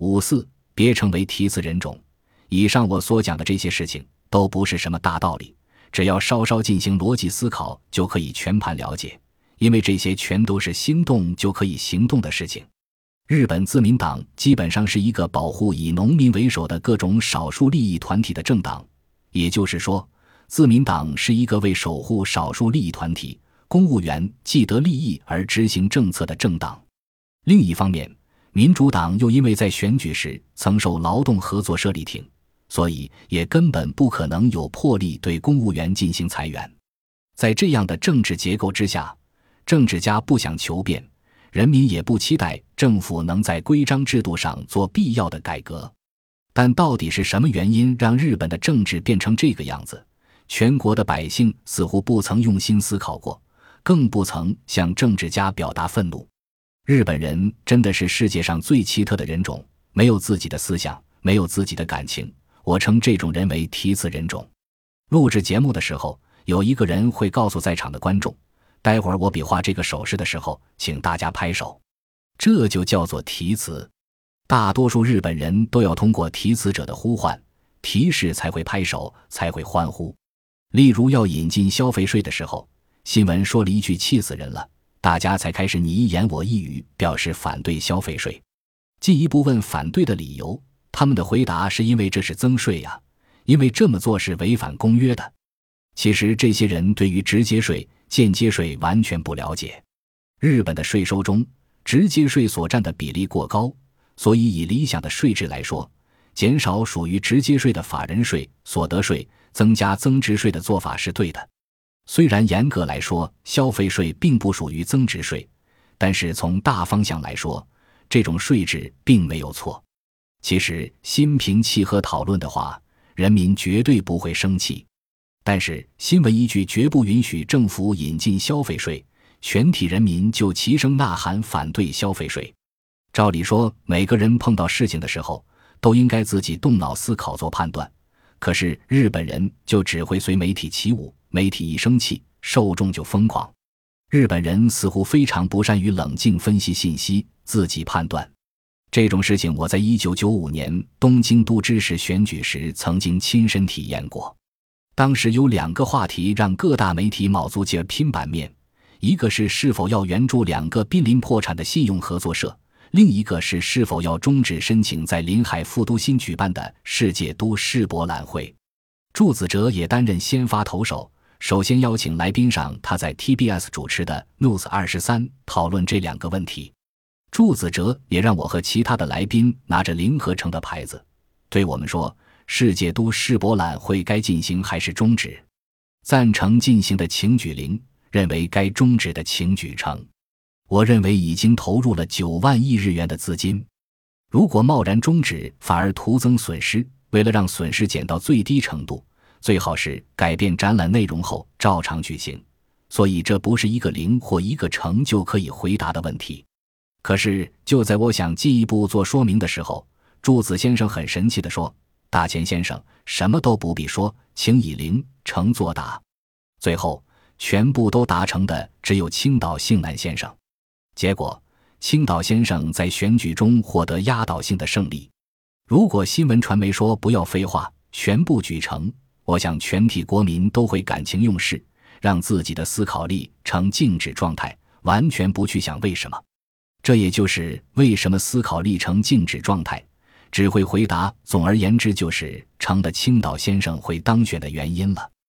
54别成为题词人种。以上我所讲的这些事情都不是什么大道理，只要稍稍进行逻辑思考就可以全盘了解，因为这些全都是心动就可以行动的事情。日本自民党基本上是一个保护以农民为首的各种少数利益团体的政党，也就是说，自民党是一个为守护少数利益团体、公务员既得利益而执行政策的政党。另一方面，民主党又因为在选举时曾受劳动合作社力挺，所以也根本不可能有魄力对公务员进行裁员。在这样的政治结构之下，政治家不想求变，人民也不期待政府能在规章制度上做必要的改革。但到底是什么原因让日本的政治变成这个样子？全国的百姓似乎不曾用心思考过，更不曾向政治家表达愤怒。日本人真的是世界上最奇特的人种，没有自己的思想，没有自己的感情，我称这种人为题词人种。录制节目的时候，有一个人会告诉在场的观众，待会儿我比划这个手势的时候，请大家拍手，这就叫做题词。大多数日本人都要通过题词者的呼唤、提示才会拍手，才会欢呼。例如要引进消费税的时候，新闻说了一句气死人了，大家才开始你一言我一语表示反对消费税。进一步问反对的理由，他们的回答是因为这是增税呀，因为这么做是违反公约的。其实这些人对于直接税、间接税完全不了解。日本的税收中，直接税所占的比例过高，所以以理想的税制来说，减少属于直接税的法人税、所得税，增加增值税的做法是对的。虽然严格来说，消费税并不属于增值税，但是从大方向来说，这种税制并没有错。其实心平气和讨论的话，人民绝对不会生气。但是新闻一句绝不允许政府引进消费税，全体人民就齐声呐喊反对消费税。照理说，每个人碰到事情的时候，都应该自己动脑思考做判断，可是日本人就只会随媒体起舞，媒体一生气，受众就疯狂。日本人似乎非常不善于冷静分析信息，自己判断。这种事情我在1995年东京都知事选举时曾经亲身体验过。当时有2个话题让各大媒体卯足劲拼版面，一个是否要援助2个濒临破产的信用合作社，另一个是否要终止申请在临海副都心举办的世界都市博览会。祝子哲也担任先发投手，首先邀请来宾上他在 TBS 主持的 News 23讨论这2个问题。祝子哲也让我和其他的来宾拿着零合成的牌子，对我们说世界都市博览会该进行还是终止。赞成进行的请举零，认为该终止的请举成。我认为已经投入了9万亿日元的资金，如果贸然终止反而徒增损失，为了让损失减到最低程度，最好是改变展览内容后照常举行。所以这不是一个零或一个成就可以回答的问题。可是就在我想进一步做说明的时候，祝子先生很神气地说，大前先生什么都不必说，请以零成作答。最后全部都达成的只有青岛幸男先生。结果青岛先生在选举中获得压倒性的胜利。如果新闻传媒说不要废话，全部举成，我想全体国民都会感情用事，让自己的思考力呈静止状态，完全不去想为什么。这也就是为什么思考力呈静止状态，只会回答总而言之就是成的青岛先生会当选的原因了。